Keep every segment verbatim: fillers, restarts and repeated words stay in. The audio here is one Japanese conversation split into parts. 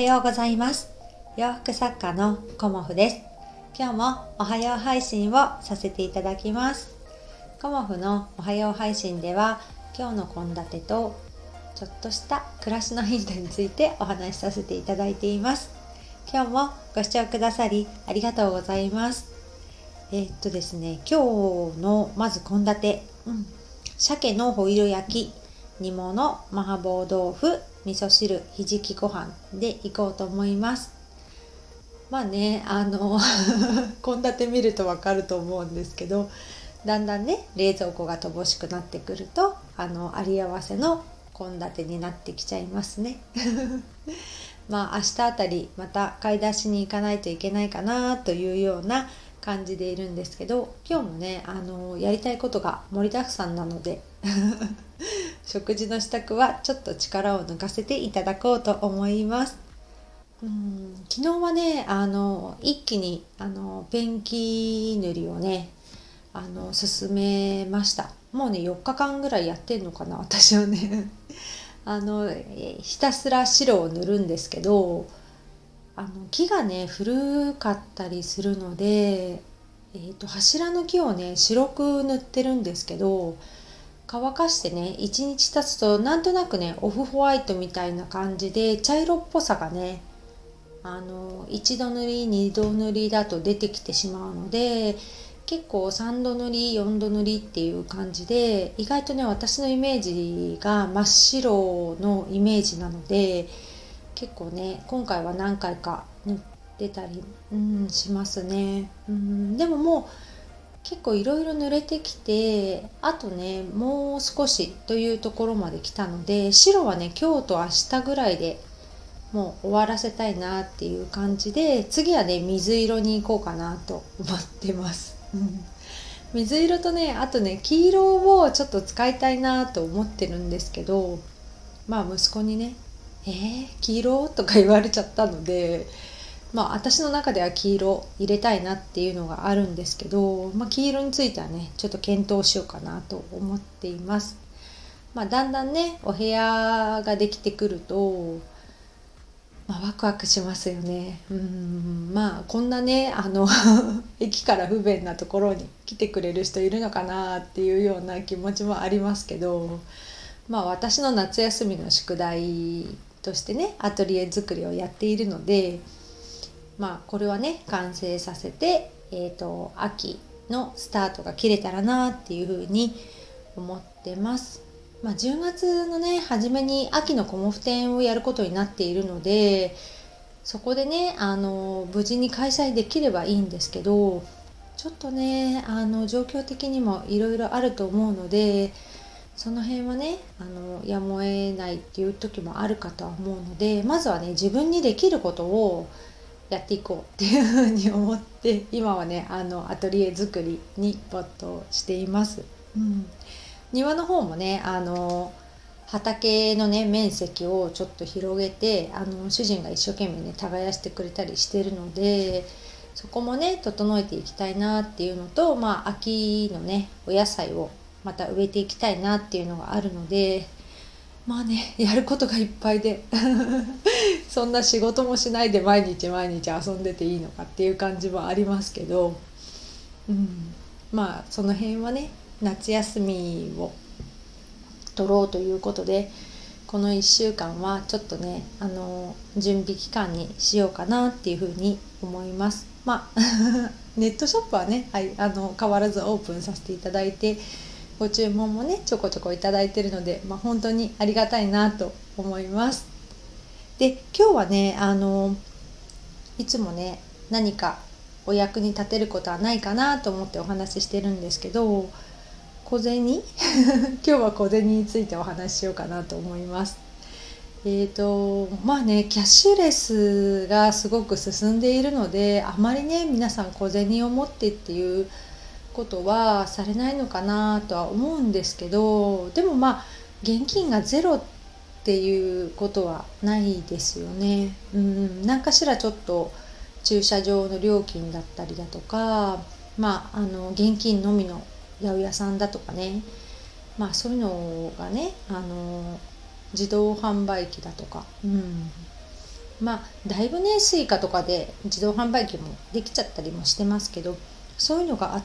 ようございます。洋服作家のコモフです。今日もおはよう配信をさせていただきます。コモフのおはよう配信では、今日の献立とちょっとした暮らしのヒントについてお話しさせていただいています。今日もご視聴くださりありがとうございます。えー、っとですね、今日のまず献立、うん、鮭のホイル焼き、煮物、麻婆豆腐、味噌汁、ひじきご飯でいこうと思います。まあね、あの献立見るとわかると思うんですけど、だんだんね冷蔵庫が乏しくなってくると、あのあり合わせの献立になってきちゃいますね。まあ明日あたりまた買い出しに行かないといけないかなというような感じでいるんですけど、今日もねあのやりたいことが盛りだくさんなので食事の支度はちょっと力を抜かせていただこうと思います。うん昨日はねあの一気にあのペンキ塗りをねあの進めました。もうねよっかかんぐらいやってんのかな、私はねあのひたすら白を塗るんですけど、あの木がね古かったりするので、えーと、柱の木をね白く塗ってるんですけど、乾かしてねいちにち経つとなんとなくねオフホワイトみたいな感じで茶色っぽさがねあの一度塗り二度塗りだと出てきてしまうので、結構さんど塗りよんど塗りっていう感じで、意外とね私のイメージが真っ白のイメージなので、結構ね今回は何回か塗ってたり、うん、しますね、うん、でももう結構いろいろ濡れてきて、あとねもう少しというところまで来たので、白はね今日と明日ぐらいでもう終わらせたいなっていう感じで、次はね水色に行こうかなと思ってます、うん、水色とねあとね黄色をちょっと使いたいなと思ってるんですけど、まあ息子にねえー、黄色とか言われちゃったので、まあ私の中では黄色入れたいなっていうのがあるんですけど、まあ、黄色についてはねちょっと検討しようかなと思っています。まあ、だんだんねお部屋ができてくると、まあ、ワクワクしますよね。うんまあこんなねあの駅から不便なところに来てくれる人いるのかなっていうような気持ちもありますけど、まあ私の夏休みの宿題としてねアトリエ作りをやっているので、まあこれはね完成させて、えーと、秋のスタートが切れたらなっていうふうに思ってます。まあ、じゅうがつのね初めに秋のコモフ展をやることになっているので、そこでねあの無事に開催できればいいんですけど、ちょっとねあの状況的にもいろいろあると思うので、その辺はねあのやむを得ないっていう時もあるかとは思うので、まずはね自分にできることをやっていこうっていうふうに思って、今はねあのアトリエ作りに没頭しています、うん、庭の方もねあの畑のね面積をちょっと広げて、あの主人が一生懸命ね耕してくれたりしているので、そこもね整えていきたいなっていうのと、まあ秋のねお野菜をまた植えていきたいなっていうのがあるので、まあねやることがいっぱいでそんな仕事もしないで毎日毎日遊んでていいのかっていう感じはありますけど、うん、まあその辺はね夏休みを取ろうということで、このいっしゅうかんはちょっとねあの準備期間にしようかなっていうふうに思います。まあネットショップはね、はい、あの変わらずオープンさせていただいて、ご注文もねちょこちょこいただいているので、まあ、本当にありがたいなと思います。で今日はねあのいつもね何かお役に立てることはないかなと思ってお話ししてるんですけど、小銭今日は小銭についてお話ししようかなと思います。えーとまあねキャッシュレスがすごく進んでいるので、あまりね皆さん小銭を持ってっていうことはされないのかなとは思うんですけど、でもまあ現金がゼロっていうことはないですよね。うん何かしらちょっと駐車場の料金だったりだとか、まああの現金のみの八百屋さんだとかね、まあそういうのがねあの自動販売機だとか、うん、 まあだいぶねスイカとかで自動販売機もできちゃったりもしてますけど、そういうのがあって、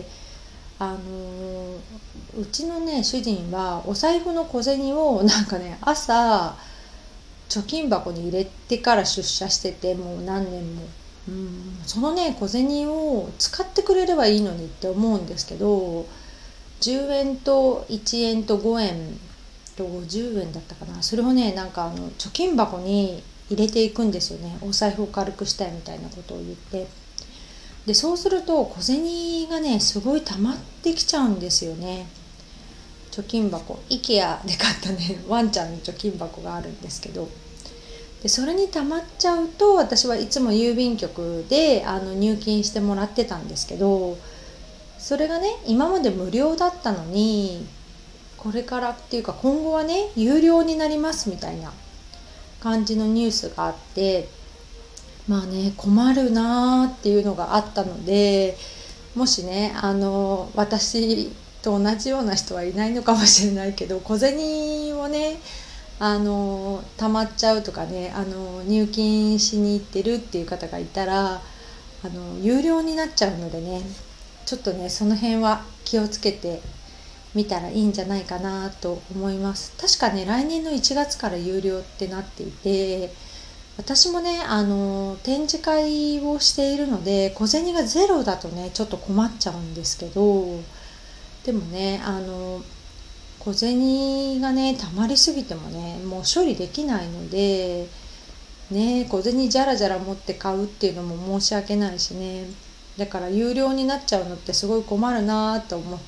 あのーうちのね主人はお財布の小銭をなんかね朝貯金箱に入れてから出社してて、もう何年も、うん、そのね小銭を使ってくれればいいのにって思うんですけど、じゅうえんといちえんとごえんとごじゅうえんだったかな、それをねなんかあの貯金箱に入れていくんですよね。お財布を軽くしたいみたいなことを言って、でそうすると小銭がねすごい溜まってきちゃうんですよね。貯金箱 IKEA で買ったねワンちゃんの貯金箱があるんですけど、でそれに溜まっちゃうと、私はいつも郵便局であの入金してもらってたんですけど、それがね今まで無料だったのに、これからっていうか今後はね有料になりますみたいな感じのニュースがあって、まあね困るなーっていうのがあったので、もしねあの私と同じような人はいないのかもしれないけど、小銭をねあの溜まっちゃうとかね、あの入金しに行ってるっていう方がいたら、あの有料になっちゃうのでね、ちょっとねその辺は気をつけてみたらいいんじゃないかなと思います。確かね来年のいちがつから有料ってなっていて、私もねあの展示会をしているので小銭がゼロだとねちょっと困っちゃうんですけど、でもねあの小銭がね溜まりすぎてもねもう処理できないのでね、小銭じゃらじゃら持って買うっていうのも申し訳ないしね、だから有料になっちゃうのってすごい困るなと思って、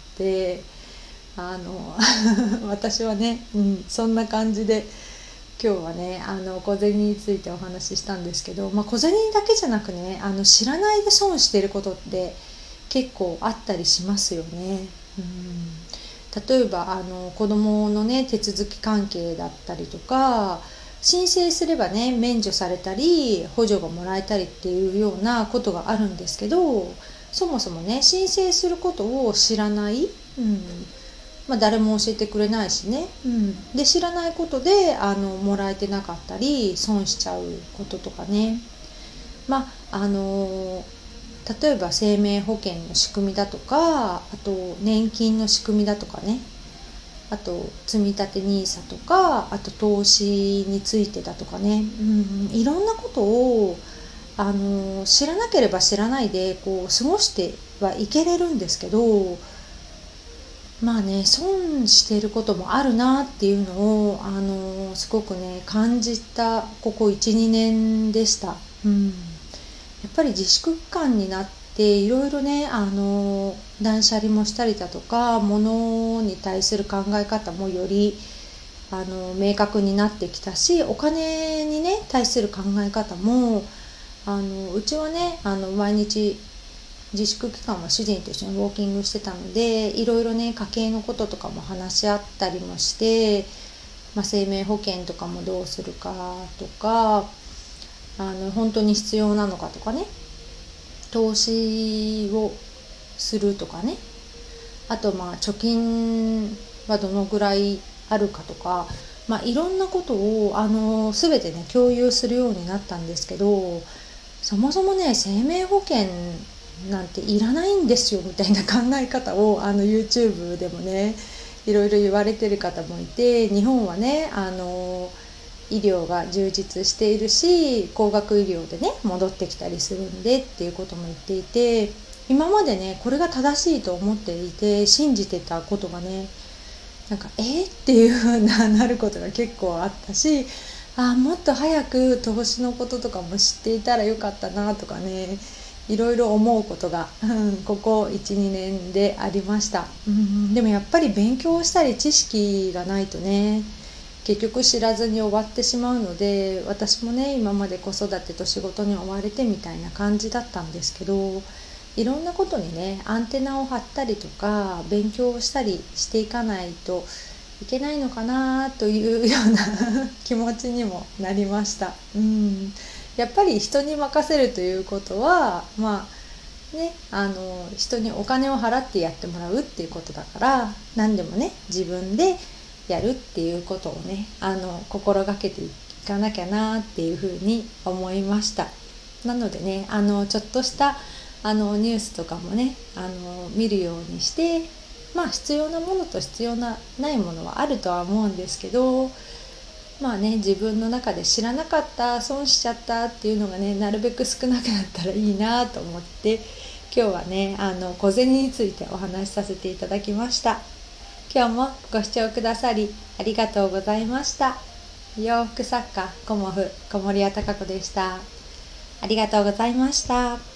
あの私はね、うん、そんな感じで今日はねあの小銭についてお話ししたんですけど、まあ、小銭だけじゃなくねあの知らないで損してることって結構あったりしますよね。うん、例えばあの子どものね手続き関係だったりとか、申請すればね免除されたり補助がもらえたりっていうようなことがあるんですけど、そもそもね申請することを知らない、うんまあ、誰も教えてくれないしね、うん、で知らないことであのもらえてなかったり損しちゃうこととかね、まああの例えば生命保険の仕組みだとか、あと年金の仕組みだとかね、あと積み立て ニーサ とか、あと投資についてだとかね、うん、いろんなことをあの知らなければ知らないでこう過ごしてはいけれるんですけど、まあね損していることもあるなっていうのをあのすごくね感じたここ いちにねんでした。うん、やっぱり自粛期間になっていろいろねあの断捨離もしたりだとか、物に対する考え方もよりあの明確になってきたし、お金にね対する考え方もあのうちはねあの毎日自粛期間は主人と一緒にウォーキングしてたので、いろいろね家計のこととかも話し合ったりもして、まあ、生命保険とかもどうするかとか、あの本当に必要なのかとかね、投資をするとかね、あとまあ貯金はどのぐらいあるかとか、まあ、いろんなことをあの全てね共有するようになったんですけど、そもそもね生命保険なんていらないんですよみたいな考え方をあの YouTube でもねいろいろ言われてる方もいて、日本はねあの医療が充実しているし高額医療でね戻ってきたりするんでっていうことも言っていて、今までねこれが正しいと思っていて信じてたことがねなんかえー、っていう風ななることが結構あったし、あもっと早く投資のこととかも知っていたらよかったなとかね、いろいろ思うことが、うん、ここ いちにねんでありました、うん、でもやっぱり勉強したり知識がないとね結局知らずに終わってしまうので、私もね今まで子育てと仕事に追われてみたいな感じだったんですけど、いろんなことにねアンテナを張ったりとか勉強したりしていかないといけないのかなというような気持ちにもなりました、うん、やっぱり人に任せるということはまあねあの人にお金を払ってやってもらうっていうことだから、何でもね自分でやるっていうことをねあの心がけてかなきゃなっていうふうに思いました。なのでね、あのちょっとしたあのニュースとかもね、あの見るようにして、まあ必要なものと必要なないものはあるとは思うんですけど、まあね、自分の中で知らなかった、損しちゃったっていうのがね、なるべく少なくなったらいいなと思って、今日はね、あの小銭についてお話しさせていただきました。今日もご視聴くださりありがとうございました。洋服作家コモフ小森屋隆子でした。ありがとうございました。